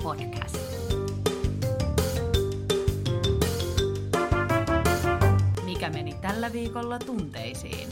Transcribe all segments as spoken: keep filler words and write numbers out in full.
podcast. Mikä meni tällä viikolla tunteisiin?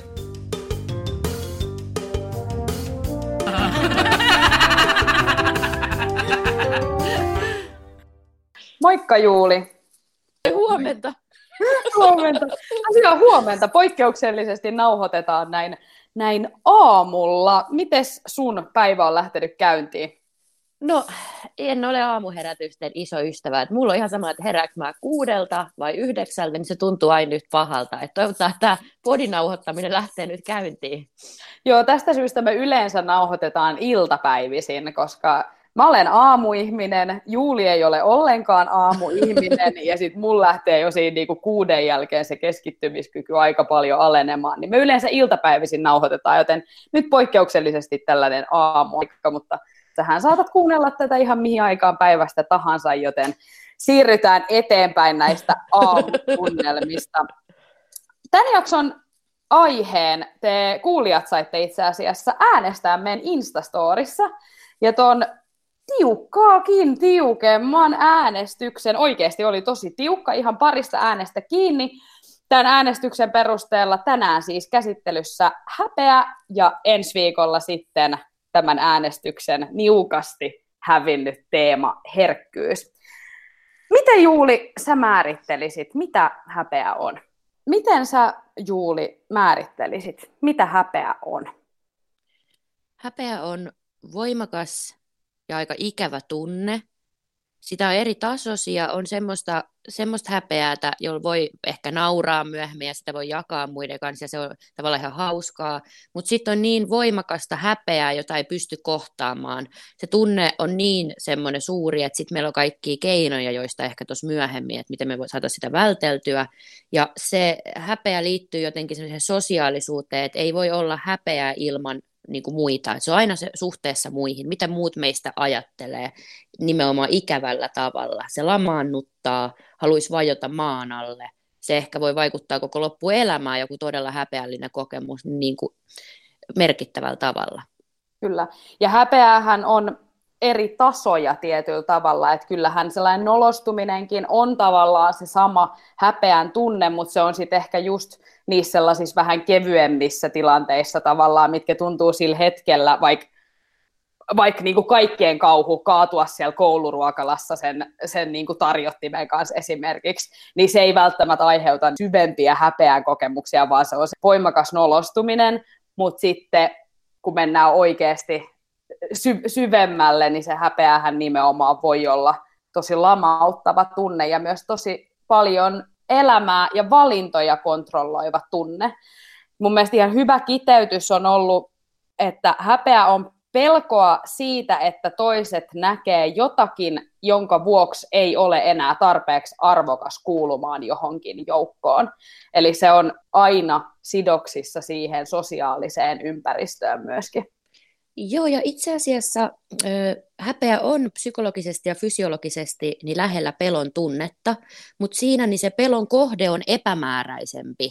Moikka Juuli. Huomenta. Huomenta. Asiaa huomenta. Poikkeuksellisesti nauhoitetaan näin, näin aamulla. Mites sun päivä on lähtenyt käyntiin? No, en ole aamuherätysten iso ystävä. Et mulla on ihan sama, että herääkö mä kuudelta vai yhdeksältä, niin se tuntuu aina nyt pahalta. Et toivotaan, että tämä podin nauhoittaminen lähtee nyt käyntiin. Joo, tästä syystä me yleensä nauhoitetaan iltapäivisin, koska mä olen aamuihminen, Juuli ei ole ollenkaan aamuihminen, ja sitten mun lähtee jo siinä niinku kuuden jälkeen se keskittymiskyky aika paljon alenemaan. Niin me yleensä iltapäivisin nauhoitetaan, joten nyt poikkeuksellisesti tällainen aamuaika, mutta sähän saatat kuunnella tätä ihan mihin aikaan päivästä tahansa, joten siirrytään eteenpäin näistä aamutunnelmista. Tämän jakson aiheen te kuulijat saitte itse asiassa äänestää meidän Instastorissa, ja ton tiukkaakin tiukemman äänestyksen, oikeasti oli tosi tiukka, ihan parista äänestä kiinni. Tämän äänestyksen perusteella tänään siis käsittelyssä häpeä ja ensi viikolla sitten tämän äänestyksen niukasti hävinnyt teema herkkyys. Miten Juuli sä määrittelisit, mitä häpeä on? Miten sä Juuli määrittelisit, mitä häpeä on? Häpeä on voimakas ja aika ikävä tunne. Sitä on eri tasoisia, on semmoista, semmoista häpeäätä, jolla voi ehkä nauraa myöhemmin ja sitä voi jakaa muiden kanssa ja se on tavallaan ihan hauskaa. Mutta sitten on niin voimakasta häpeää, jota ei pysty kohtaamaan. Se tunne on niin semmoinen suuri, että sitten meillä on kaikkia keinoja, joista ehkä tuossa myöhemmin, että miten me saataisiin sitä välteltyä. Ja se häpeä liittyy jotenkin semmoiseen sosiaalisuuteen, että ei voi olla häpeää ilman niin kuin muita. Se on aina se suhteessa muihin, mitä muut meistä ajattelee nimenomaan ikävällä tavalla. Se lamaannuttaa, haluaisi vajota maan alle. Se ehkä voi vaikuttaa koko loppuelämään, joku todella häpeällinen kokemus niin kuin merkittävällä tavalla. Kyllä, ja häpeähän on eri tasoja tietyllä tavalla, että kyllähän sellainen nolostuminenkin on tavallaan se sama häpeän tunne, mutta se on sitten ehkä just niissä sellaisissa vähän kevyemmissä tilanteissa tavallaan, mitkä tuntuu sillä hetkellä, vaikka vaik niinku kaikkien kauhu kaatua siellä kouluruokalassa sen, sen niinku tarjottimen kanssa esimerkiksi, niin se ei välttämättä aiheuta syvempiä häpeän kokemuksia, vaan se on se voimakas nolostuminen, mutta sitten kun mennään oikeasti sy- syvemmälle, niin se häpeähän nimenomaan voi olla tosi lamauttava tunne ja myös tosi paljon elämää ja valintoja kontrolloiva tunne. Mun mielestä ihan hyvä kiteytys on ollut, että häpeä on pelkoa siitä, että toiset näkee jotakin, jonka vuoksi ei ole enää tarpeeksi arvokas kuulumaan johonkin joukkoon. Eli se on aina sidoksissa siihen sosiaaliseen ympäristöön myöskin. Joo, ja itse asiassa ö, häpeä on psykologisesti ja fysiologisesti niin lähellä pelon tunnetta, mutta siinä niin se pelon kohde on epämääräisempi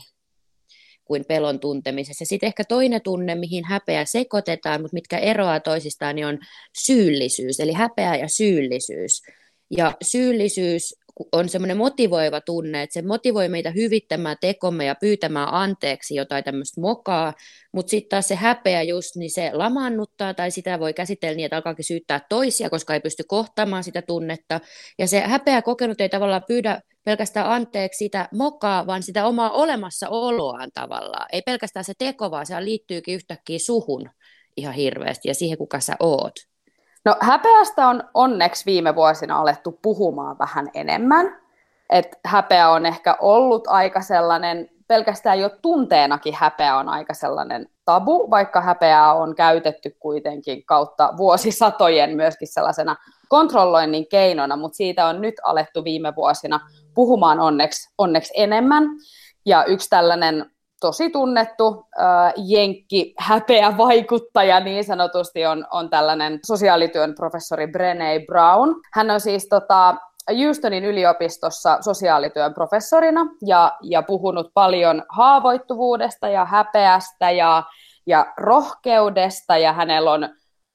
kuin pelon tuntemisessa. Sitten ehkä toinen tunne, mihin häpeä sekoitetaan, mutta mitkä eroaa toisistaan, niin on syyllisyys, eli häpeä ja syyllisyys. Ja syyllisyys on semmoinen motivoiva tunne, että se motivoi meitä hyvittämään tekomme ja pyytämään anteeksi jotain tämmöistä mokaa, mutta sitten taas se häpeä just, niin se lamaannuttaa tai sitä voi käsitellä niin, että alkaakin syyttää toisia, koska ei pysty kohtaamaan sitä tunnetta. Ja se häpeä kokenut ei tavallaan pyydä pelkästään anteeksi sitä mokaa, vaan sitä omaa olemassaoloaan tavallaan. Ei pelkästään se teko, vaan se liittyykin yhtäkkiä suhun ihan hirveästi ja siihen, kuka sä oot. No häpeästä on onneksi viime vuosina alettu puhumaan vähän enemmän. Et häpeä on ehkä ollut aika sellainen, pelkästään jo tunteenakin häpeä on aika sellainen tabu, vaikka häpeää on käytetty kuitenkin kautta vuosisatojen myöskin sellaisena kontrolloinnin keinona, mutta siitä on nyt alettu viime vuosina puhumaan onneksi, onneksi enemmän. Ja yksi tällainen tosi tunnettu äh, jenkki häpeävaikuttaja niin sanotusti on, on tällainen sosiaalityön professori Brené Brown. Hän on siis tota, Houstonin yliopistossa sosiaalityön professorina ja, ja puhunut paljon haavoittuvuudesta ja häpeästä ja, ja rohkeudesta ja hänellä on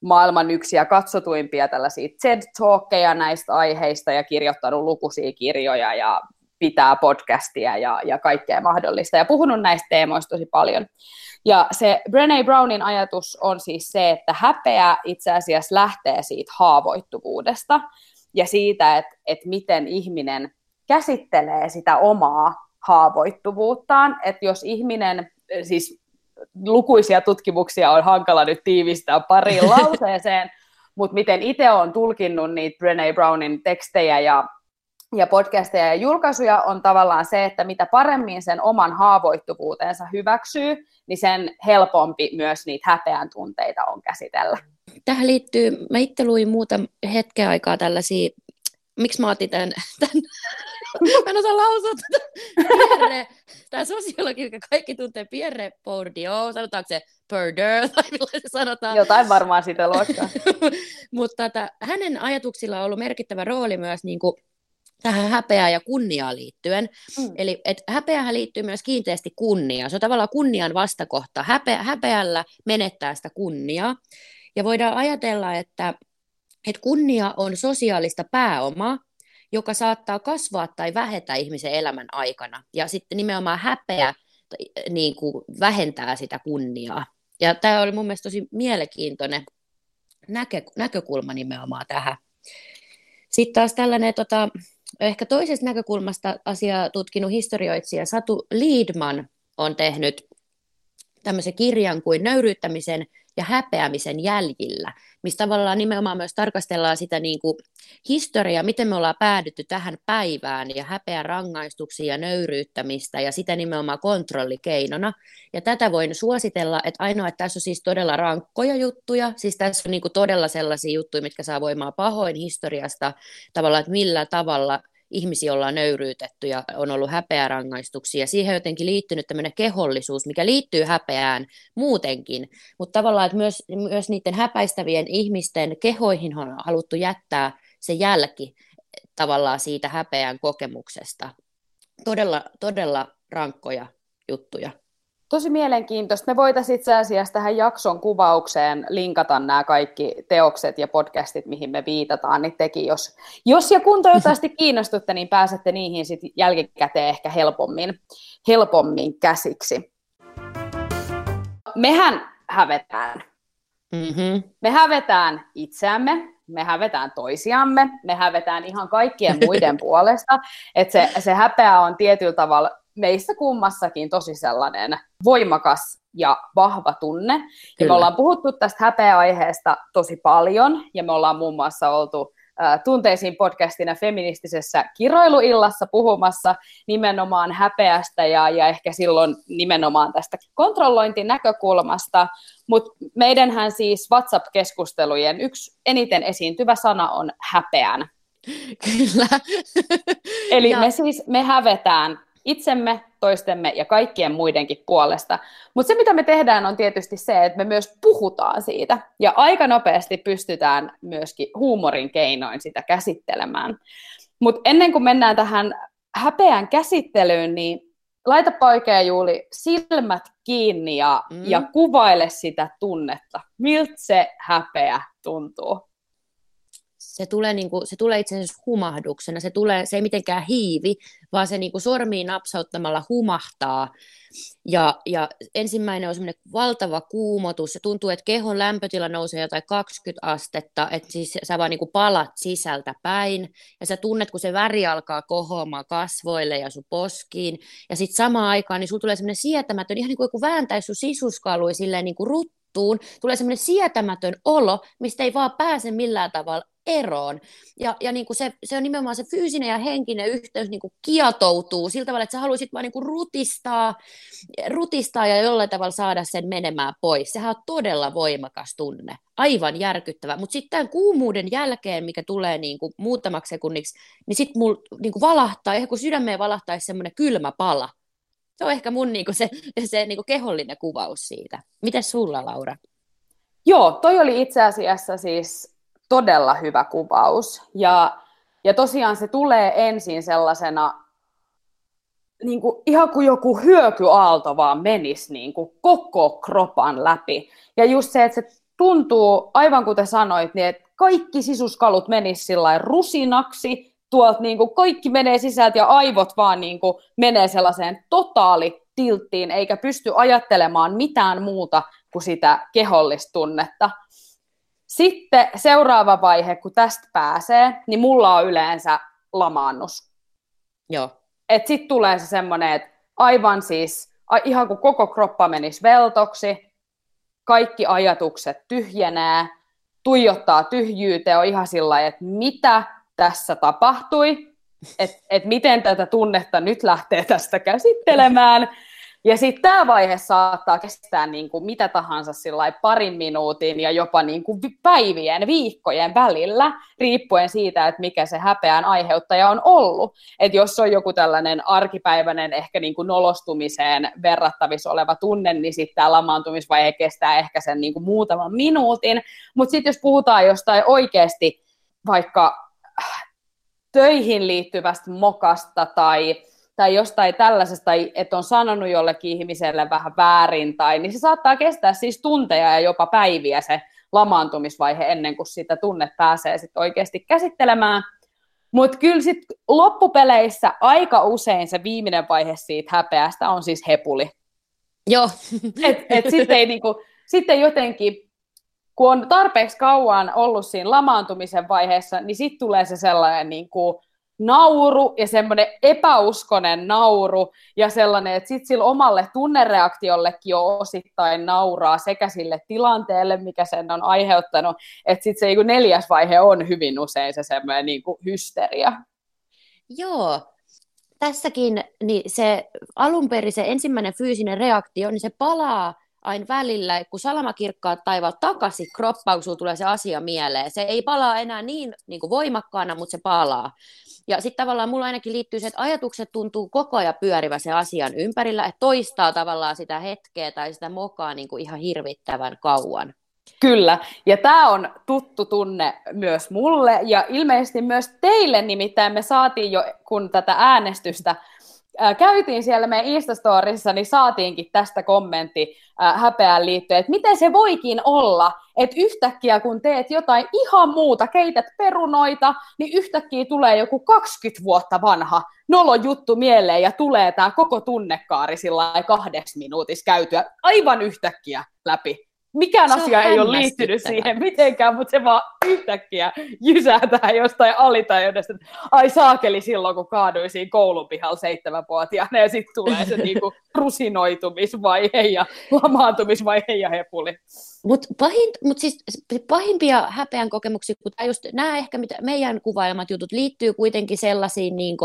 maailman yksi ja katsotuimpia tällaisia TED-talkkeja näistä aiheista ja kirjoittanut lukuisia kirjoja ja pitää podcastia ja, ja kaikkea mahdollista ja puhunut näistä teemoista tosi paljon. Ja se Brené Brownin ajatus on siis se, että häpeä itse asiassa lähtee siitä haavoittuvuudesta ja siitä, että, että miten ihminen käsittelee sitä omaa haavoittuvuuttaan, että jos ihminen, siis lukuisia tutkimuksia on hankala nyt tiivistää pariin lauseeseen, mutta miten itse olen tulkinnut niitä Brené Brownin tekstejä ja, ja podcasteja ja julkaisuja on tavallaan se, että mitä paremmin sen oman haavoittuvuutensa hyväksyy, niin sen helpompi myös niitä häpeän tunteita on käsitellä. Tähän liittyy, mä itse luin muuta hetken aikaa tällaisia, miksi mä otin tämän, tämän mä en osaa lausua tätä Pierre, tämä sosiologi, joka kaikki tuntee Pierre Bourdieu, sanotaanko se Bourdieu, tai millä se sanotaan. Jotain varmaan sitä luokkaa. Mutta tota, hänen ajatuksilla on ollut merkittävä rooli myös niin kuin tähän häpeään ja kunniaan liittyen. Mm. Eli et häpeähän liittyy myös kiinteästi kunniaan. Se on tavallaan kunnian vastakohta. Häpe, häpeällä menettää sitä kunniaa. Ja voidaan ajatella, että, että kunnia on sosiaalista pääomaa, joka saattaa kasvaa tai vähetä ihmisen elämän aikana. Ja sitten nimenomaan häpeä niin kuin vähentää sitä kunniaa. Ja tämä oli mun mielestä tosi mielenkiintoinen näkö, näkökulma nimenomaan tähän. Sitten taas tällainen, tota, ehkä toisesta näkökulmasta asiaa tutkinut historioitsija Satu Liedman on tehnyt tämmöisen kirjan kuin Nöyryyttämisen ja häpeämisen jäljillä, missä tavallaan nimenomaan myös tarkastellaan sitä niin kuin historiaa, miten me ollaan päädytty tähän päivään ja häpeän rangaistuksia ja nöyryyttämistä ja sitä nimenomaan kontrollikeinona. Ja tätä voin suositella, että ainoa, että tässä on siis todella rankkoja juttuja, siis tässä on niin kuin todella sellaisia juttuja, mitkä saa voimaa pahoin historiasta, tavallaan, että millä tavalla ihmisiä ollaan nöyryytetty ja on ollut häpeärangaistuksia. Siihen on jotenkin liittynyt tämmöinen kehollisuus, mikä liittyy häpeään muutenkin, mutta tavallaan, että myös, myös niiden häpäistävien ihmisten kehoihin on haluttu jättää se jälki tavallaan siitä häpeän kokemuksesta. Todella, todella rankkoja juttuja. Tosi mielenkiintoista. Me voitaisiin itse asiassa tähän jakson kuvaukseen linkata nämä kaikki teokset ja podcastit, mihin me viitataan, niin teki, jos, jos ja kun toivottavasti kiinnostutte, niin pääsette niihin sitten jälkikäteen ehkä helpommin, helpommin käsiksi. Mehän hävetään. Mm-hmm. Me hävetään itseämme, me hävetään toisiamme, me hävetään ihan kaikkien muiden puolesta, että se, se häpeä on tietyllä tavalla meissä kummassakin tosi sellainen voimakas ja vahva tunne. Kyllä. Ja me ollaan puhuttu tästä häpeä-aiheesta tosi paljon, ja me ollaan muun muassa oltu ä, Tunteisiin podcastina feministisessä kiroiluillassa puhumassa nimenomaan häpeästä, ja, ja ehkä silloin nimenomaan tästä kontrollointinäkökulmasta. Mutta meidänhän siis WhatsApp-keskustelujen yksi eniten esiintyvä sana on häpeän. Kyllä. Eli ja. me siis me hävetään itsemme, toistemme ja kaikkien muidenkin puolesta. Mutta se, mitä me tehdään, on tietysti se, että me myös puhutaan siitä. Ja aika nopeasti pystytään myöskin huumorin keinoin sitä käsittelemään. Mutta ennen kuin mennään tähän häpeän käsittelyyn, niin laitapa oikein, Juuli, silmät kiinni ja, mm. ja kuvaile sitä tunnetta. Miltä se häpeä tuntuu? Se tulee, niin kuin, se tulee itse asiassa humahduksena, se, tulee, se ei mitenkään hiivi, vaan se niin kuin sormiin napsauttamalla humahtaa. Ja, ja ensimmäinen on semmoinen valtava kuumotus, se tuntuu, että kehon lämpötila nousee jotain kaksikymmentä astetta, että siis sä vaan niin kuin palat sisältä päin, ja sä tunnet, kun se väri alkaa kohoamaan kasvoille ja sun poskiin, ja sitten samaan aikaan niin sulla tulee semmoinen sietämätön, ihan niin kuin joku vääntäisi sun sisuskalui silleen niin kuin ruttuun, tulee semmoinen sietämätön olo, mistä ei vaan pääse millään tavalla eroon. Ja, ja niin kuin se, se on nimenomaan se fyysinen ja henkinen yhteys niin kuin kietoutuu sillä tavalla, että sä haluaisit vaan niin kuin rutistaa, rutistaa ja jollain tavalla saada sen menemään pois. Sehän on todella voimakas tunne, aivan järkyttävä. Mutta sitten tämän kuumuuden jälkeen, mikä tulee niin kuin muutamaksi sekunniksi, niin sitten mulla niin kuin valahtaa, ehkä kun sydämeen valahtaisi semmoinen kylmä pala. Se on ehkä mun niin kuin se, se niin kuin kehollinen kuvaus siitä. Mites sulla, Laura? Joo, toi oli itse asiassa siis todella hyvä kuvaus. Ja, ja tosiaan se tulee ensin sellaisena, niin kuin, ihan kuin joku hyökyaalto vaan menisi niin kuin koko kropan läpi. Ja just se, että se tuntuu, aivan kuten sanoit, niin että kaikki sisuskalut menis sillä rusinaksi, tuolta niin kuin kaikki menee sisältä ja aivot vaan niin kuin menee sellaiseen totaalitilttiin, eikä pysty ajattelemaan mitään muuta kuin sitä kehollista tunnetta. Sitten seuraava vaihe, kun tästä pääsee, niin mulla on yleensä lamaannus. Joo. Että sitten tulee se semmoinen, että aivan siis, ihan kuin koko kroppa menisi veltoksi, kaikki ajatukset tyhjenee, tuijottaa tyhjyyteen, on ihan sillä lailla, että mitä tässä tapahtui, että et miten tätä tunnetta nyt lähtee tästä käsittelemään. Ja sitten tämä vaihe saattaa kestää niin kuin mitä tahansa parin minuutin ja jopa niin kuin päivien, viikkojen välillä, riippuen siitä, että mikä se häpeän aiheuttaja on ollut. Että jos on joku tällainen arkipäiväinen, ehkä niin kuin nolostumiseen verrattavissa oleva tunne, niin sitten tämä lamaantumisvaihe kestää ehkä sen niin kuin muutaman minuutin. Mutta sitten jos puhutaan jostain oikeasti vaikka töihin liittyvästä mokasta tai tai jostain tällaisesta, että on sanonut jollekin ihmiselle vähän väärin, tai, niin se saattaa kestää siis tunteja ja jopa päiviä se lamaantumisvaihe ennen kuin sitä tunnet pääsee sit oikeasti käsittelemään. Mutta kyllä sitten loppupeleissä aika usein se viimeinen vaihe siitä häpeästä on siis hepuli. Joo. Et, et sitten ei niinku, sitten jotenkin, kun on tarpeeksi kauan ollut siinä lamaantumisen vaiheessa, niin sitten tulee se sellainen niinku nauru ja semmoinen epäuskonen nauru ja sellainen, että sitten sillä omalle tunnereaktiollekin jo osittain nauraa sekä sille tilanteelle, mikä sen on aiheuttanut, että sitten se niin kuin neljäs vaihe on hyvin usein se semmoinen niin kuin hysteria. Joo, tässäkin niin se alun perin se ensimmäinen fyysinen reaktio, niin se palaa aina välillä, kun salamakirkkaat taivaat takaisin kroppaan, kun sulla tulee se asia mieleen. Se ei palaa enää niin, niin kuin voimakkaana, mutta se palaa. Ja sitten tavallaan mulla ainakin liittyy se, että ajatukset tuntuu koko ajan pyörivä sen asian ympärillä, että toistaa tavallaan sitä hetkeä tai sitä mokaa niin kuin ihan hirvittävän kauan. Kyllä, ja tämä on tuttu tunne myös mulle, ja ilmeisesti myös teille, nimittäin me saatiin jo, kun tätä äänestystä ää, käytiin siellä meidän Instastorissa, niin saatiinkin tästä kommentti ää, häpeään liittyen, että miten se voikin olla, että yhtäkkiä kun teet jotain ihan muuta, keität perunoita, niin yhtäkkiä tulee joku kaksikymmentä vuotta vanha nolo juttu mieleen, ja tulee tämä koko tunnekaari sillä kahdessa minuutissa käytyä aivan yhtäkkiä läpi. Mikään asia ei ole liittynyt siihen mitenkään, mutta se vaan yhtäkkiä jysähtää jostain alitajuudesta. Ai saakeli silloin, kun kaaduin siinä koulun pihalla seitsemänvuotiaana, ja sitten tulee se niinku rusinoitumisvaihe ja lamaantumisvaihe ja hepuli. Mutta pahin, mut siis pahimpia häpeän kokemuksia, kun just nämä ehkä mitä meidän kuvailemat jutut liittyy kuitenkin sellaisiin, niinku,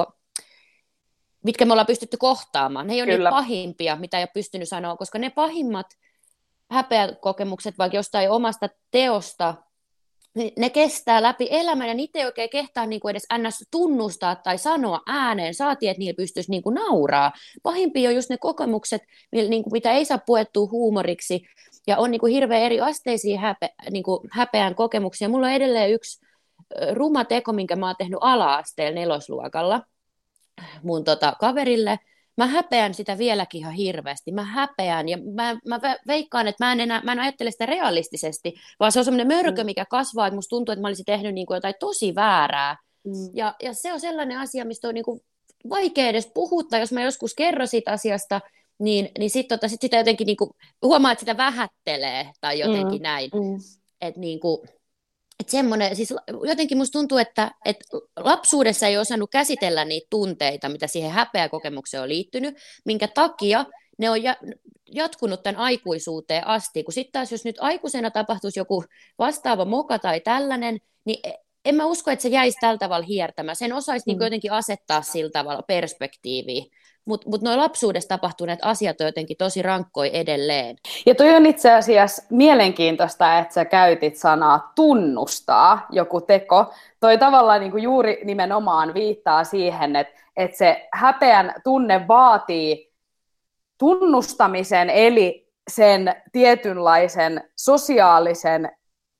mitkä me ollaan pystytty kohtaamaan. Ne ei ole niitä pahimpia, mitä ei ole pystynyt sanoa, koska ne pahimmat häpeäkokemukset vaikka jostain omasta teosta, niin ne kestää läpi elämän, ja niitä ei oikein kehtaa niin kuin edes ns. Tunnustaa tai sanoa ääneen, saatiin, että niillä pystyisi niin kuin nauraa. Pahimpia on just ne kokemukset, niin kuin mitä ei saa puettua huumoriksi, ja on niin kuin hirveän eri asteisia häpe, niin kuin häpeän kokemuksia. Mulla on edelleen yksi ruma teko, minkä mä oon tehnyt ala-asteella nelosluokalla mun tota, kaverille. Mä häpeän sitä vieläkin ihan hirveästi. Mä häpeän ja mä, mä veikkaan, että mä en, enää, mä en ajattele sitä realistisesti, vaan se on semmoinen mörkö, mikä kasvaa, että musta tuntuu, että mä olisin tehnyt niin kuin jotain tosi väärää. Mm. Ja, ja se on sellainen asia, mistä on niin kuin vaikea edes puhuttaa. Jos mä joskus kerron siitä asiasta, niin, niin sitten tota, sit sitä jotenkin niin kuin, huomaa, että sitä vähättelee tai jotenkin mm. näin. Mm. Että niin kuin, et semmoinen, siis jotenkin musta tuntuu, että, että lapsuudessa ei osannut käsitellä niitä tunteita, mitä siihen häpeäkokemukseen on liittynyt, minkä takia ne on jatkunut tämän aikuisuuteen asti. Kun sitten taas, jos nyt aikuisena tapahtuisi joku vastaava moka tai tällainen, niin en mä usko, että se jäisi tällä tavalla hiertämään. Sen osaisi mm. niin jotenkin asettaa sillä tavalla perspektiiviin. Mutta mut nuo lapsuudessa tapahtuneet asiat on jotenkin tosi rankkoja edelleen. Ja toi on itse asiassa mielenkiintoista, että sä käytit sanaa tunnustaa joku teko. Toi tavallaan niin kuin juuri nimenomaan viittaa siihen, että, että se häpeän tunne vaatii tunnustamisen, eli sen tietynlaisen sosiaalisen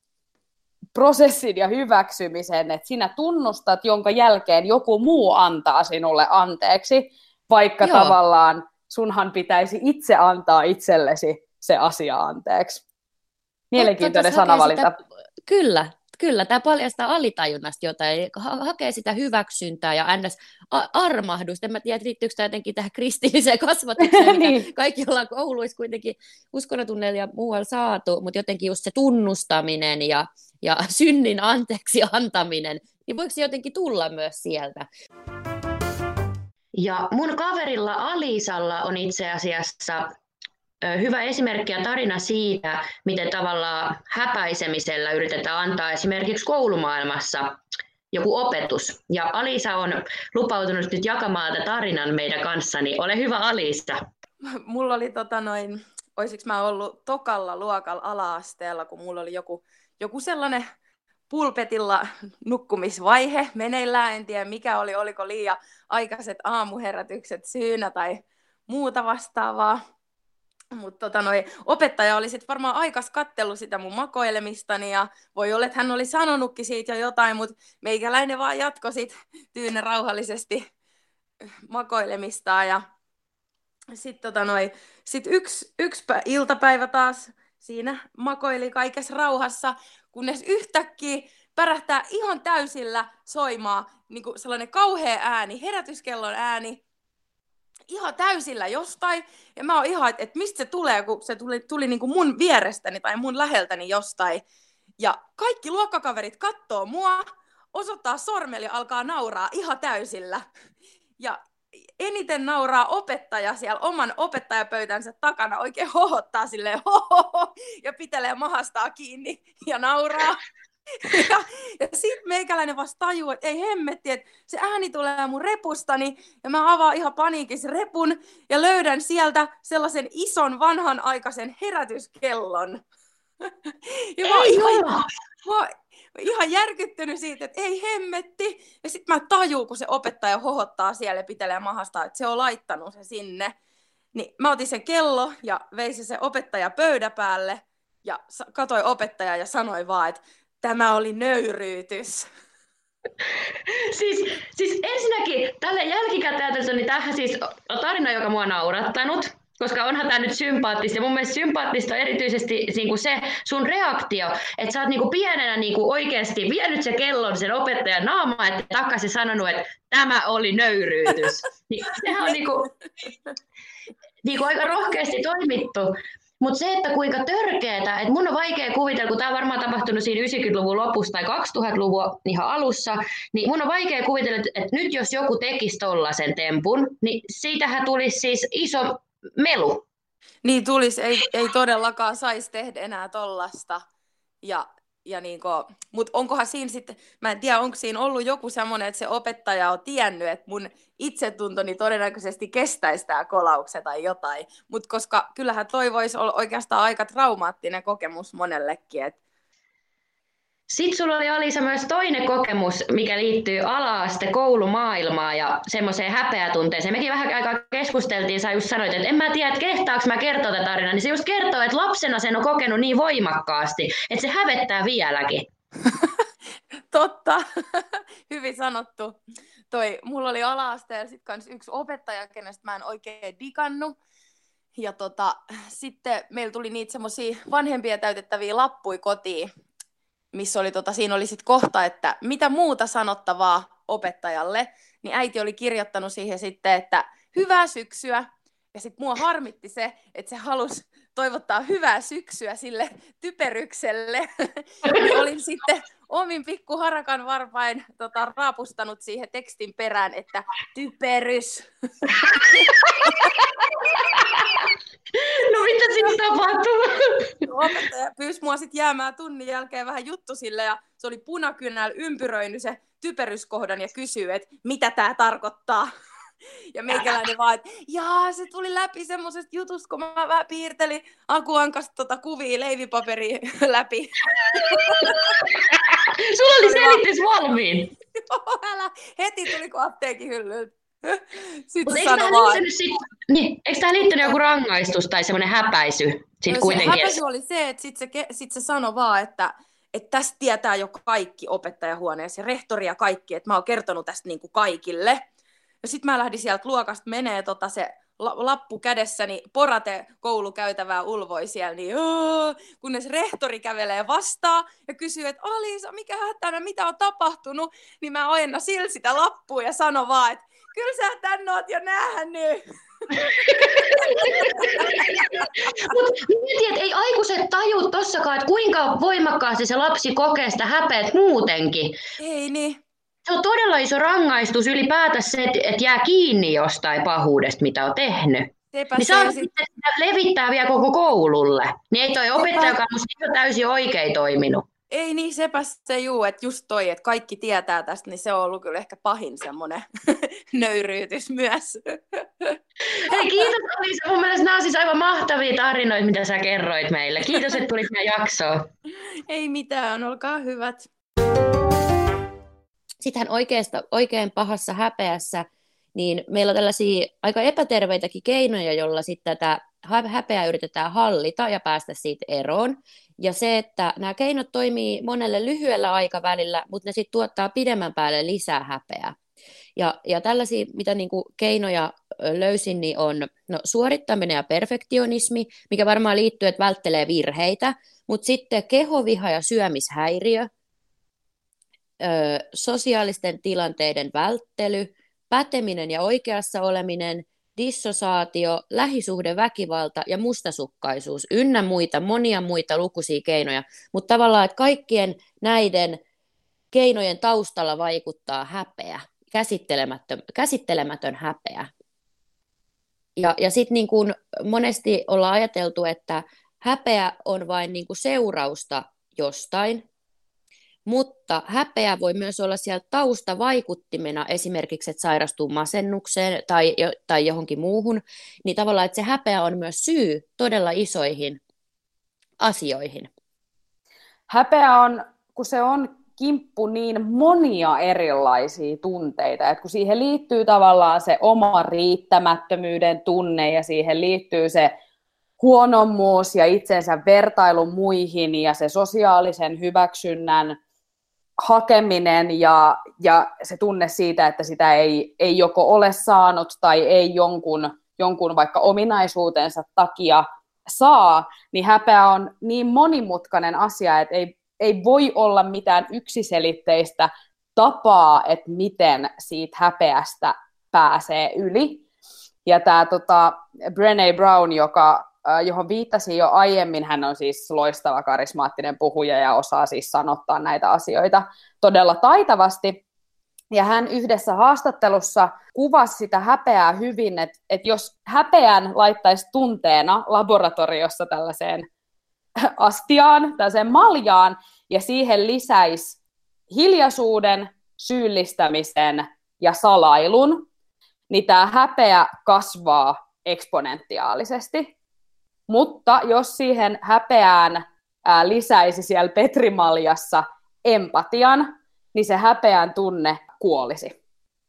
prosessin ja hyväksymisen, että sinä tunnustat, jonka jälkeen joku muu antaa sinulle anteeksi, vaikka Joo. tavallaan sunhan pitäisi itse antaa itsellesi se asia anteeksi. Mielenkiintoinen Totta, sanavalinta. sitä, kyllä, kyllä, tämä paljastaa alitajunnasta jotain, ha- hakee sitä hyväksyntää ja ns. Armahdusta. En mä tiedä, liittyykö tämä jotenkin tähän kristilliseen kasvatukseen, mikä Niin. kaikki ollaan kouluissa kuitenkin uskonnotunneilla ja muualla saatu, mutta jotenkin just se tunnustaminen ja, ja synnin anteeksi antaminen, niin voiko se jotenkin tulla myös sieltä? Ja mun kaverilla Alisalla on itse asiassa hyvä esimerkki ja tarina siitä, miten tavallaan häpäisemisellä yritetään antaa esimerkiksi koulumaailmassa joku opetus. Ja Alisa on lupautunut nyt jakamaan tätä tarinan meidän kanssa, niin ole hyvä Alisa. Mulla oli tota noin, olisiko mä ollut tokalla luokalla ala-asteella, kun mulla oli joku, joku sellainen pulpetilla nukkumisvaihe meneillään. En tiedä mikä oli, oliko liian aikaiset aamuherätykset syynä tai muuta vastaavaa. Mutta tota opettaja oli sitten varmaan aikas kattellut sitä mun makoilemistani ja voi olla, että hän oli sanonutkin siitä jo jotain, mutta meikäläinen vaan jatkoi sitten tyynen rauhallisesti makoilemistaan. Ja sitten tota sit yksi, yksi iltapäivä taas siinä makoili kaikessa rauhassa, kunnes yhtäkkiä pärähtää ihan täysillä soimaa niin kuin sellainen kauhea ääni, herätyskellon ääni, ihan täysillä jostain, ja mä oon ihan, että et mistä se tulee, kun se tuli, tuli niin kuin mun vierestäni tai mun läheltäni jostain. Ja kaikki luokkakaverit kattoo mua, osoittaa sormella ja alkaa nauraa ihan täysillä. Ja eniten nauraa opettaja siellä oman opettajapöytänsä takana, oikein hohottaa silleen hohoho, ja pitelee mahastaa kiinni ja nauraa. Ja, ja sitten meikäläinen vasta tajuu, että ei hemmetti, että se ääni tulee mun repustani ja mä avaan ihan paniikissa repun ja löydän sieltä sellaisen ison vanhanaikaisen herätyskellon. Ja mä oon ihan, mä oon ihan järkyttynyt siitä, että ei hemmetti. Ja sitten mä tajuu, kun se opettaja hohottaa siellä ja pitelee mahasta, että se on laittanut se sinne. Niin mä otin sen kello ja veisin se opettaja pöydän päälle ja katsoin opettajaa ja sanoin vaan, että tämä oli nöyryytys. Siis, siis ensinnäkin tälle jälkikäteen niin tämähän siis on tarina, joka mua on naurattanut, koska onhan tämä nyt sympaattista. Ja mun mielestä sympaattista on erityisesti niin kuin se sun reaktio, että sä oot niin kuin pienenä niin kuin oikeasti vienyt se kellon sen opettajan naamaan, että takaisin sanonut, että tämä oli nöyryytys. Niin, sehän on niin kuin, niin kuin aika rohkeasti toimittu. Mutta se, että kuinka törkeetä, että mun on vaikea kuvitella, kun tämä on varmaan tapahtunut siinä yhdeksänkymmentäluvun lopussa tai kaksituhattaluvun ihan alussa, niin mun on vaikea kuvitella, että nyt jos joku tekisi tollaisen tempun, niin siitähän tulisi siis iso melu. Niin tulisi, ei, ei todellakaan saisi tehdä enää tollasta. Ja, ja niinku, mutta onkohan siinä sitten, mä en tiedä, onko siinä ollut joku semmoinen, että se opettaja on tiennyt, että mun itsetuntoni todennäköisesti kestäisi tämä kolauksen tai jotain. Mutta koska kyllähän toi voisi olla oikeastaan aika traumaattinen kokemus monellekin. Et... Sitten sulla oli Alisa myös toinen kokemus, mikä liittyy ala-aste koulumaailmaan ja semmoiseen häpeätunteeseen. Mekin vähän aikaa keskusteltiin, sä just sanoit, että en mä tiedä, että kehtaaks mä kertoa tätä tarinaa, niin se just kertoo, että lapsena sen on kokenut niin voimakkaasti, että se hävettää vieläkin. Totta, hyvin sanottu. Toi, mulla oli ala-asteella sit kans yksi opettaja, kenestä mä en oikein digannut. Ja tota, sitten meillä tuli niitä semmosia vanhempia täytettäviä lappuja kotiin, missä oli, tota, siinä oli sit kohta, että mitä muuta sanottavaa opettajalle, niin äiti oli kirjoittanut siihen sitten, että hyvää syksyä. Ja sitten mua harmitti se, että se halusi toivottaa hyvää syksyä sille typerykselle. Olin sitten omin pikku harakan varpain tota, raapustanut siihen tekstin perään, että typerys. No mitä siinä tapahtuu? Opettaja pyysi mua sitten jäämään tunnin jälkeen vähän juttusille ja se oli punakynällä ympyröinyt se typeryskohdan ja kysyi, että mitä tämä tarkoittaa. Ja meikäläinen vaan, että jaa, se tuli läpi semmoisesta jutusta, kun mä vähän piirtelin akuankasta tota kuvia leivipaperia läpi. Sulla oli selitys valmiin. Joo, älä. Heti tuli kuin apteekin hyllyltä. Sitten eikö sano vaan. Sit, niin, eikö tähän liittynyt joku rangaistus tai semmoinen häpäisy? Sit no, kuitenkin? Se häpäisy oli se, että sitten se, sit se sanoi vaan, että että tästä tietää jo kaikki opettajahuoneessa ja rehtori ja kaikki, että mä oon kertonut tästä niin kuin kaikille. Ja sitten mä lähdin sieltä luokasta menee tota se lappu kädessäni porate koulukäytävää ulvoi siellä, niin Aa! kunnes rehtori kävelee vastaan ja kysyy, että Aliisa, mikä hätänä, mitä on tapahtunut, niin mä ojennan sillä sitä lappua ja sanon vaan, että kyllä sä tän oot jo nähnyt. Mutta mietin, että ei aikuiset taju tossakaan, että kuinka voimakkaasti se lapsi kokee sitä häpeät muutenkin. Ei niin. Se on todella iso rangaistus ylipäätänsä se, että jää kiinni jostain pahuudesta, mitä on tehnyt. Sepä niin se saa sit... sitten sitä levittää vielä koko koululle. Niin ei toi opettajakaan musta täysin oikein toiminut. Ei niin, sepä se juu, että just toi, että kaikki tietää tästä, niin se on ollut kyllä ehkä pahin semmoinen nöyryytys myös. Hei, kiitos Aliisa. Mun mielestä nämä on siis aivan mahtavia tarinoita, mitä sä kerroit meille. Kiitos, että tulit meidän jaksoon. Ei mitään, olkaa hyvät. Sittenhän oikeasta, oikein pahassa häpeässä, niin meillä on tällaisia aika epäterveitäkin keinoja, joilla sitten tätä häpeää yritetään hallita ja päästä siitä eroon. Ja se, että nämä keinot toimii monelle lyhyellä aikavälillä, mutta ne sitten tuottaa pidemmän päälle lisää häpeää. Ja, ja tällaisia, mitä niinku keinoja löysin, niin on no, suorittaminen ja perfektionismi, mikä varmaan liittyy, että välttelee virheitä, mutta sitten kehoviha ja syömishäiriö, ö, sosiaalisten tilanteiden välttely, päteminen ja oikeassa oleminen, dissosiaatio, lähisuhdeväkivalta ja mustasukkaisuus, ynnä muita, monia muita lukuisia keinoja, mutta tavallaan, että kaikkien näiden keinojen taustalla vaikuttaa häpeä, käsittelemätön, käsittelemätön häpeä. Ja, ja sitten niin kuin monesti ollaan ajateltu, että häpeä on vain niin kuin seurausta jostain, mutta häpeä voi myös olla siellä taustavaikuttimena, esimerkiksi, että sairastuu masennukseen tai, tai johonkin muuhun, niin tavallaan, että se häpeä on myös syy todella isoihin asioihin. Häpeä on, kun se on kimppu niin monia erilaisia tunteita, että kun siihen liittyy tavallaan se oma riittämättömyyden tunne ja siihen liittyy se huonommuus ja itsensä vertailu muihin ja se sosiaalisen hyväksynnän hakeminen ja, ja se tunne siitä, että sitä ei, ei joko ole saanut tai ei jonkun, jonkun vaikka ominaisuutensa takia saa, niin häpeä on niin monimutkainen asia, että ei, ei voi olla mitään yksiselitteistä tapaa, että miten siitä häpeästä pääsee yli. Ja tämä tota, Brené Brown, joka johon viittasin jo aiemmin, hän on siis loistava karismaattinen puhuja ja osaa siis sanottaa näitä asioita todella taitavasti. Ja hän yhdessä haastattelussa kuvasi sitä häpeää hyvin, että, että jos häpeän laittaisi tunteena laboratoriossa tällaiseen astiaan, tällaiseen maljaan, ja siihen lisäisi hiljaisuuden, syyllistämisen ja salailun, niin tämä häpeä kasvaa eksponentiaalisesti. Mutta jos siihen häpeään ää, lisäisi siellä petrimaljassa empatian, niin se häpeän tunne kuolisi.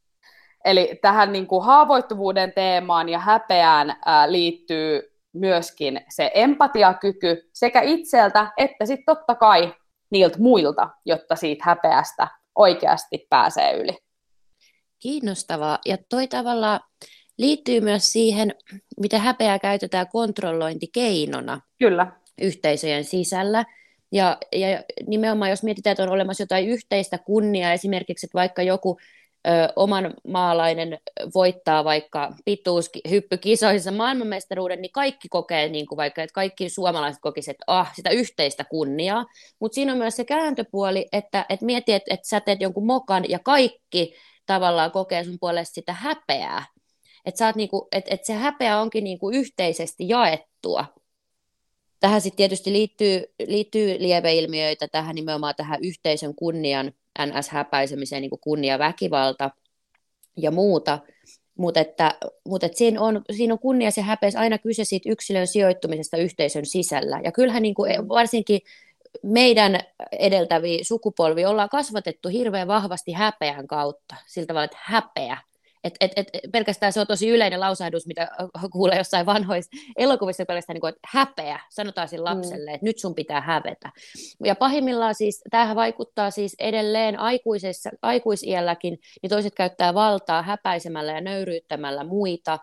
Eli tähän niin kuin haavoittuvuuden teemaan ja häpeään ää, liittyy myöskin se empatiakyky sekä itseltä että sitten totta kai niiltä muilta, jotta siitä häpeästä oikeasti pääsee yli. Kiinnostavaa. Ja toi tavallaan liittyy myös siihen, miten häpeää käytetään kontrollointikeinona. Kyllä. Yhteisöjen sisällä. Ja, ja nimenomaan, jos mietitään, että on olemassa jotain yhteistä kunniaa, esimerkiksi, että vaikka joku ö, oman maalainen voittaa vaikka pituushyppykisoissa maailmanmestaruuden, niin kaikki kokee, niin kuin vaikka, että kaikki suomalaiset kokisivat, että ah, sitä yhteistä kunniaa. Mutta siinä on myös se kääntöpuoli, että, että mieti, että, että sä teet jonkun mokan ja kaikki tavallaan kokee sun puolesta sitä häpeää. Että niinku, et, et se häpeä onkin niinku yhteisesti jaettua. Tähän sitten tietysti liittyy, liittyy lieveilmiöitä tähän nimenomaan tähän yhteisön kunnian N S-häpäisemiseen, niin kuin kunniaväkivalta ja muuta. Mutta että, mut et siinä, on, siinä on kunnia ja häpeä aina kyse siitä yksilön sijoittumisesta yhteisön sisällä. Ja kyllähän niin kuin varsinkin meidän edeltäviä sukupolvi ollaan kasvatettu hirveän vahvasti häpeän kautta. Sillä tavalla, että häpeä. Et, et, et, pelkästään se on tosi yleinen lausahdus, mitä kuulee jossain vanhoissa elokuvissa, pelkästään niin kuin, että häpeä, sanotaan sille lapselle, mm. että nyt sun pitää hävetä. Ja pahimmillaan siis, tämähän vaikuttaa siis edelleen aikuisessa, aikuisiälläkin, niin toiset käyttää valtaa häpäisemällä ja nöyryyttämällä muita.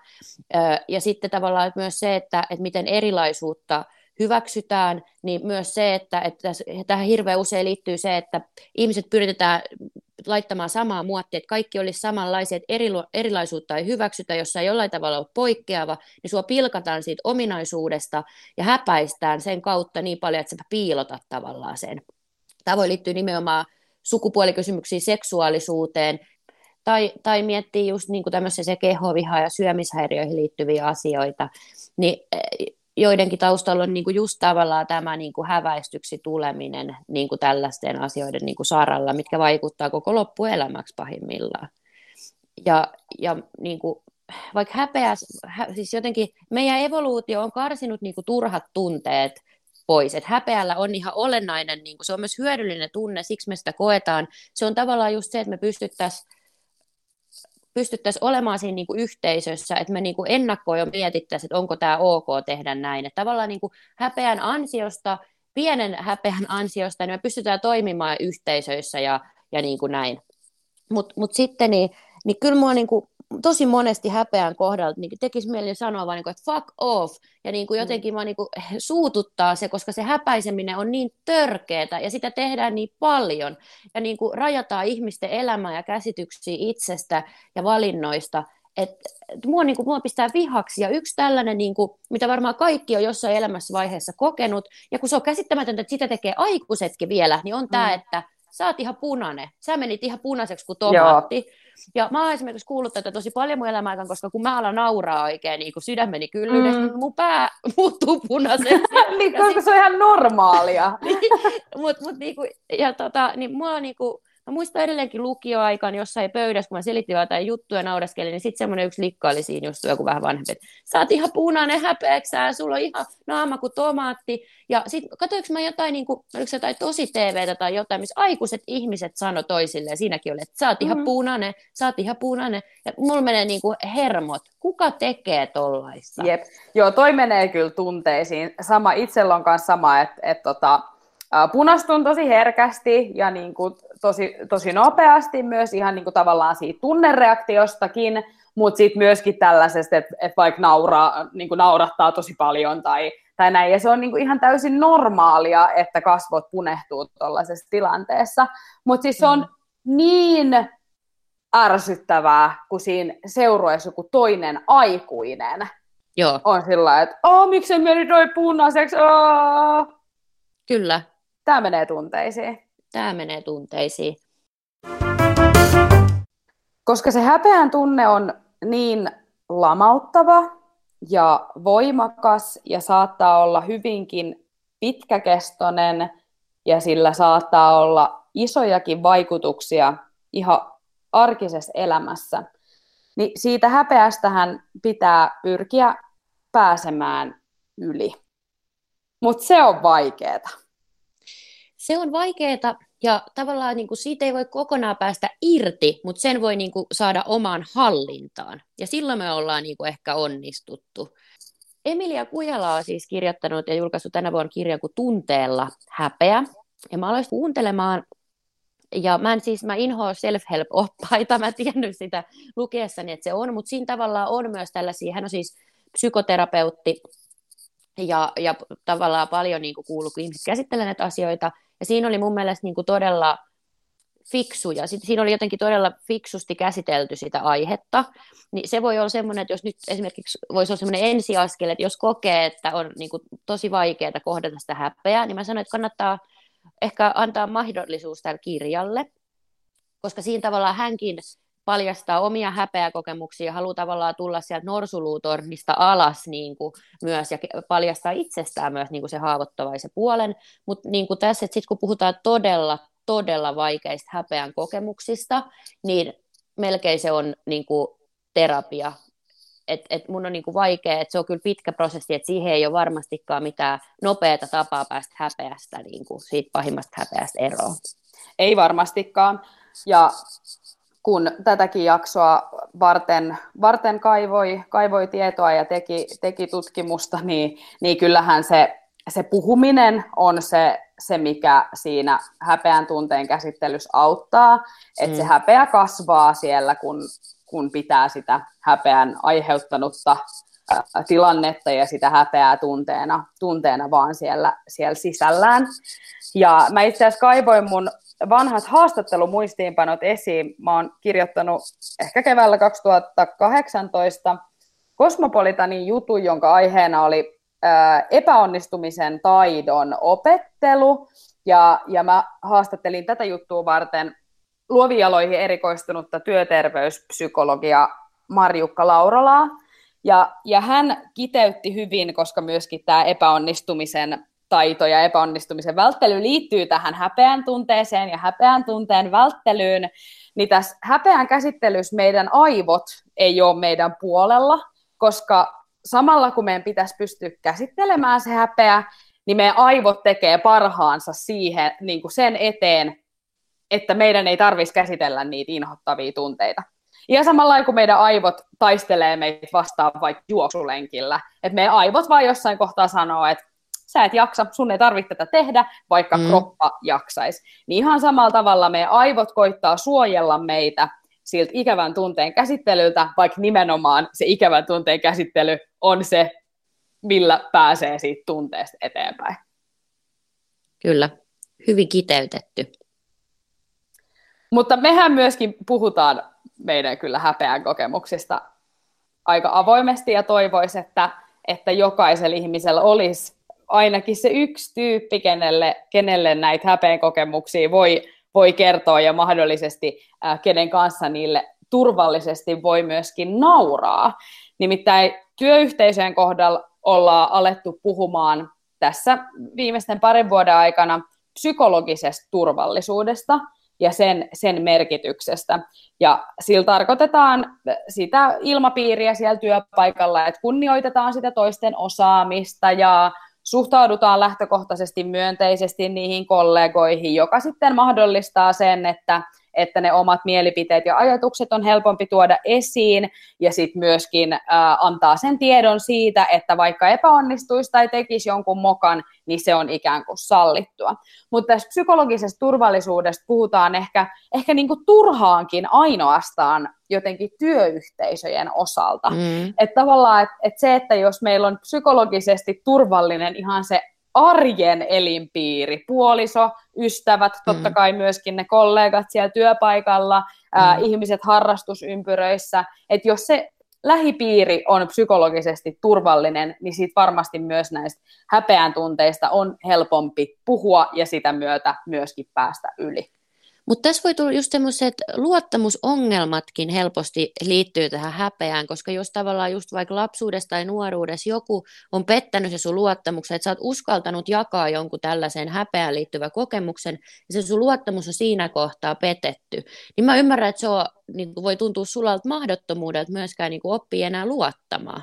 Ja sitten tavallaan myös se, että, että miten erilaisuutta hyväksytään, niin myös se, että, että tähän hirveän usein liittyy se, että ihmiset pyritetään laittamaan samaa muottia, että kaikki olisi samanlaisia, että eri, erilaisuutta ei hyväksytä, jos ei jollain tavalla ole poikkeava, niin sua pilkataan siitä ominaisuudesta ja häpäistään sen kautta niin paljon, että sä piilotat tavallaan sen. Tämä voi liittyä nimenomaan sukupuolikysymyksiin, seksuaalisuuteen, tai, tai miettii just niin kuin tämmöiseen kehovihaan ja syömishäiriöihin liittyviä asioita, niin joidenkin taustalla on niinku just tavallaan tämä niinku häväistyksi tuleminen niinku tällaisten asioiden niinku saralla, mitkä vaikuttaa koko loppuelämäksi pahimmillaan. Ja, ja niinku, vaikka häpeä, hä, siis jotenkin meidän evoluutio on karsinut niinku turhat tunteet pois, että häpeällä on ihan olennainen, niinku, se on myös hyödyllinen tunne, siksi me sitä koetaan. Se on tavallaan just se, että me pystyttäisiin pystyttäisiin olemaan siinä niin kuin yhteisössä, että me niin kuin ennakkoon jo mietittäisiin, että onko tämä ok tehdä näin. Että tavallaan niin kuin häpeän ansiosta, pienen häpeän ansiosta, niin me pystytään toimimaan yhteisöissä ja, ja niin kuin näin. Mutta mut sitten, niin, niin kyllä mua niin kuin tosi monesti häpeän kohdalla niin tekisi mieli sanoa vaan, niin kuin, että fuck off, ja niin kuin jotenkin vaan niin kuin suututtaa se, koska se häpäiseminen on niin törkeätä, ja sitä tehdään niin paljon, ja niin kuin rajataan ihmisten elämää ja käsityksiä itsestä ja valinnoista, että et mua, niin kuin, mua pistää vihaksi, ja yksi tällainen, niin kuin, mitä varmaan kaikki on jossain elämässä vaiheessa kokenut, ja kun se on käsittämätöntä, että sitä tekee aikuisetkin vielä, niin on tämä, mm. että sä oot ihan punainen, sä menit ihan punaiseksi kuin tomaatti. Joo. Ja mä oon esimerkiksi kuullut tätä tosi paljon mun elämän, koska kun mä alan nauraa oikein niin kun sydämeni kyllyyn, mm. niin mun pää muuttuu punaiseksi. Niin, koska sit... se on ihan normaalia. mut, mut, niinku, ja tota, niin mulla niinku, mä muistan edelleenkin lukioaikaan jossain pöydässä, kun mä selitin jotain juttuja nauraskelin, niin sitten semmoinen yksi likka oli siinä just joku vähän vanhempi, että sä oot ihan punainen häpeäksää, sulla on ihan naama kuin tomaatti. Ja sitten katsoinko mä jotain, niin kuin, oliko se jotain tosi T V:tä tai jotain, missä aikuiset ihmiset sano toisilleen, siinäkin oli, että sä oot ihan mm-hmm. punainen, sä oot ihan punainen. Ja mulla menee niin kuin hermot, kuka tekee tollaista? Jep, joo, toi menee kyllä tunteisiin. Sama, itsellä on kanssa sama, että et, tota, punastun tosi herkästi ja niin kuin tosi, tosi nopeasti myös ihan niin kuin tavallaan siitä tunnereaktiostakin, mutta sitten myöskin tällaisesta, että, että vaikka nauraa, niin kuin naurattaa tosi paljon tai, tai näin. Ja se on niin kuin ihan täysin normaalia, että kasvot punehtuu tuollaisessa tilanteessa. Mutta siis se on mm. niin ärsyttävää, kun siinä seurueessa joku toinen aikuinen Joo. on sillä lailla, että aah, miksi meni toi punaiseksi, aah. Kyllä. Tämä menee tunteisiin. Tämä menee tunteisiin. Koska se häpeän tunne on niin lamauttava ja voimakas ja saattaa olla hyvinkin pitkäkestoinen ja sillä saattaa olla isojakin vaikutuksia ihan arkisessa elämässä, niin siitä häpeästähän pitää pyrkiä pääsemään yli. Mutta se on vaikeeta. Se on vaikeeta ja tavallaan niin kuin siitä ei voi kokonaan päästä irti, mutta sen voi niin kuin saada omaan hallintaan. Ja silloin me ollaan niin kuin ehkä onnistuttu. Emilia Kujala on siis kirjoittanut ja julkaissut tänä vuonna kirjan kuin Tunteella häpeä. Ja mä aloin kuuntelemaan, ja mä en siis, mä inhoan self-help-oppaita, mä en tiennyt sitä lukiessani, että se on, mutta siinä tavallaan on myös tällaisia, hän on siis psykoterapeutti, Ja, ja tavallaan paljon niin kuin kuuluu, kun ihmiset käsittelee näitä asioita. Ja siinä oli mun mielestä niin kuin todella fiksu, ja sit, siinä oli jotenkin todella fiksusti käsitelty sitä aihetta. Niin se voi olla semmoinen, että jos nyt esimerkiksi voisi olla semmoinen ensiaskel, että jos kokee, että on niin kuin tosi vaikeaa kohdata sitä häpeää, niin mä sanoin, että kannattaa ehkä antaa mahdollisuus tälle kirjalle, koska siinä tavallaan hänkin paljastaa omia häpeäkokemuksia ja haluaa tavallaan tulla sieltä norsuluutornista alas niin kuin myös ja paljastaa itsestään myös niin kuin se haavoittavaisen puolen. Mutta niin kuin tässä, että sit kun puhutaan todella, todella vaikeista häpeän kokemuksista, niin melkein se on niin kuin terapia. Et, et mun on niin kuin vaikea, että se on kyllä pitkä prosessi, että siihen ei ole varmastikaan mitään nopeata tapaa päästä häpeästä, niin kuin siitä pahimmasta häpeästä eroon. Ei varmastikaan. Ja kun tätäkin jaksoa varten, varten kaivoi, kaivoi tietoa ja teki, teki tutkimusta, niin, niin kyllähän se, se puhuminen on se, se, mikä siinä häpeän tunteen käsittelyssä auttaa, että mm. se häpeä kasvaa siellä, kun, kun pitää sitä häpeän aiheuttanutta ä, tilannetta ja sitä häpeää tunteena, tunteena vaan siellä, siellä sisällään. Ja mä itse asiassa kaivoin mun vanhat haastattelumuistiinpanot esiin. Mä oon kirjoittanut ehkä keväällä kaksituhattakahdeksantoista Cosmopolitanin jutun, jonka aiheena oli ää, epäonnistumisen taidon opettelu. Ja, ja mä haastattelin tätä juttua varten luoviin aloihin erikoistunutta työterveyspsykologia Marjukka Laurolaa. Ja, ja hän kiteytti hyvin, koska myöskin tämä epäonnistumisen taito ja epäonnistumisen välttely liittyy tähän häpeän tunteeseen ja häpeän tunteen välttelyyn, niin tässä häpeän käsittelyssä meidän aivot ei ole meidän puolella, koska samalla kun meidän pitäisi pystyä käsittelemään se häpeä, niin meidän aivot tekee parhaansa siihen, niin kuin sen eteen, että meidän ei tarvitsisi käsitellä niitä inhottavia tunteita. Ja samalla kun meidän aivot taistelee meitä vastaan vaikka juoksulenkillä, että meidän aivot vaan jossain kohtaa sanoo, että sä et jaksa, sun ei tarvitse tätä tehdä, vaikka mm. kroppa jaksaisi. Niin ihan samalla tavalla meidän aivot koittaa suojella meitä siltä ikävän tunteen käsittelyltä, vaikka nimenomaan se ikävän tunteen käsittely on se, millä pääsee siitä tunteesta eteenpäin. Kyllä, hyvin kiteytetty. Mutta mehän myöskin puhutaan meidän kyllä häpeän kokemuksista aika avoimesti ja toivoisi, että, että jokaisella ihmisellä olisi ainakin se yksi tyyppi, kenelle, kenelle näitä häpeän kokemuksia voi, voi kertoa ja mahdollisesti äh, kenen kanssa niille turvallisesti voi myöskin nauraa. Nimittäin työyhteisöjen kohdalla ollaan alettu puhumaan tässä viimeisten parin vuoden aikana psykologisesta turvallisuudesta ja sen, sen merkityksestä. Ja sillä tarkoitetaan sitä ilmapiiriä siellä työpaikalla, että kunnioitetaan sitä toisten osaamista ja suhtaudutaan lähtökohtaisesti myönteisesti niihin kollegoihin, joka sitten mahdollistaa sen, että, että ne omat mielipiteet ja ajatukset on helpompi tuoda esiin ja sitten myöskin äh, antaa sen tiedon siitä, että vaikka epäonnistuisi tai tekisi jonkun mokan, niin se on ikään kuin sallittua. Mutta tässä psykologisesta turvallisuudesta puhutaan ehkä, ehkä niinku turhaankin ainoastaan jotenkin työyhteisöjen osalta. Mm. Että tavallaan, että et se, että jos meillä on psykologisesti turvallinen ihan se arjen elinpiiri, puoliso, ystävät, totta kai myöskin ne kollegat siellä työpaikalla, mm. ää, ihmiset harrastusympyröissä, että jos se lähipiiri on psykologisesti turvallinen, niin siitä varmasti myös näistä häpeän tunteista on helpompi puhua ja sitä myötä myöskin päästä yli. Mutta tässä voi tulla just semmoiset luottamusongelmatkin helposti liittyy tähän häpeään, koska jos tavallaan just vaikka lapsuudessa tai nuoruudessa joku on pettänyt se sun luottamuksen, että sä oot uskaltanut jakaa jonkun tällaisen häpeään liittyvän kokemuksen, ja se sun luottamus on siinä kohtaa petetty, niin mä ymmärrän, että se on, niin voi tuntua sulla mahdottomuudelta myöskään niin oppia enää luottamaan.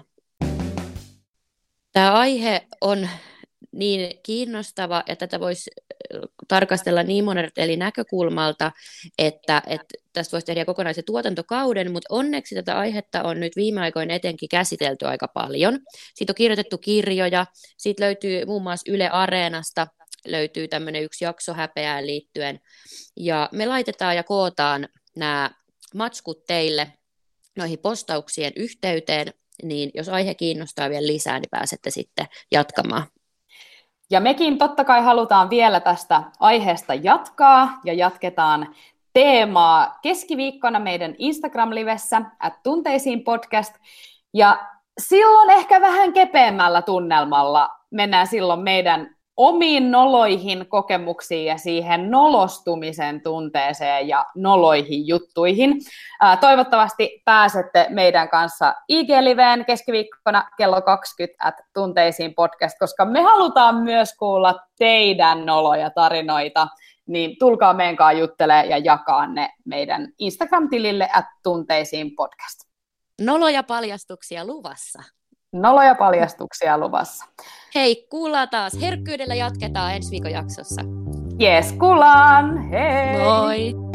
Tämä aihe on niin kiinnostava, ja tätä voisi tarkastella niin monet eli näkökulmalta, että, että tästä voisi tehdä kokonaisen tuotantokauden, mutta onneksi tätä aihetta on nyt viime aikoina etenkin käsitelty aika paljon. Siitä on kirjoitettu kirjoja, siitä löytyy muun muassa Yle Areenasta, löytyy tämmöinen yksi jakso häpeään liittyen, ja me laitetaan ja kootaan nämä matskut teille noihin postauksien yhteyteen, niin jos aihe kiinnostaa vielä lisää, niin pääsette sitten jatkamaan. Ja mekin totta kai halutaan vielä tästä aiheesta jatkaa, ja jatketaan teemaa keskiviikkona meidän Instagram-livessä, at tunteisiin podcast, ja silloin ehkä vähän kepeämmällä tunnelmalla mennään silloin meidän omiin noloihin kokemuksiin ja siihen nolostumisen tunteeseen ja noloihin juttuihin. Ää, toivottavasti pääsette meidän kanssa I G-liveen keskiviikkona kello kaksikymmentä at tunteisiin podcast, koska me halutaan myös kuulla teidän noloja tarinoita, niin tulkaa meidän kanssa juttelemaan ja jakaa ne meidän Instagram-tilille at tunteisiin podcast. Noloja paljastuksia luvassa. Noloja paljastuksia luvassa. Hei, kuullaan taas. Herkkyydellä jatketaan ensi viikon jaksossa. Jes, kuullaan. Hei! Moi!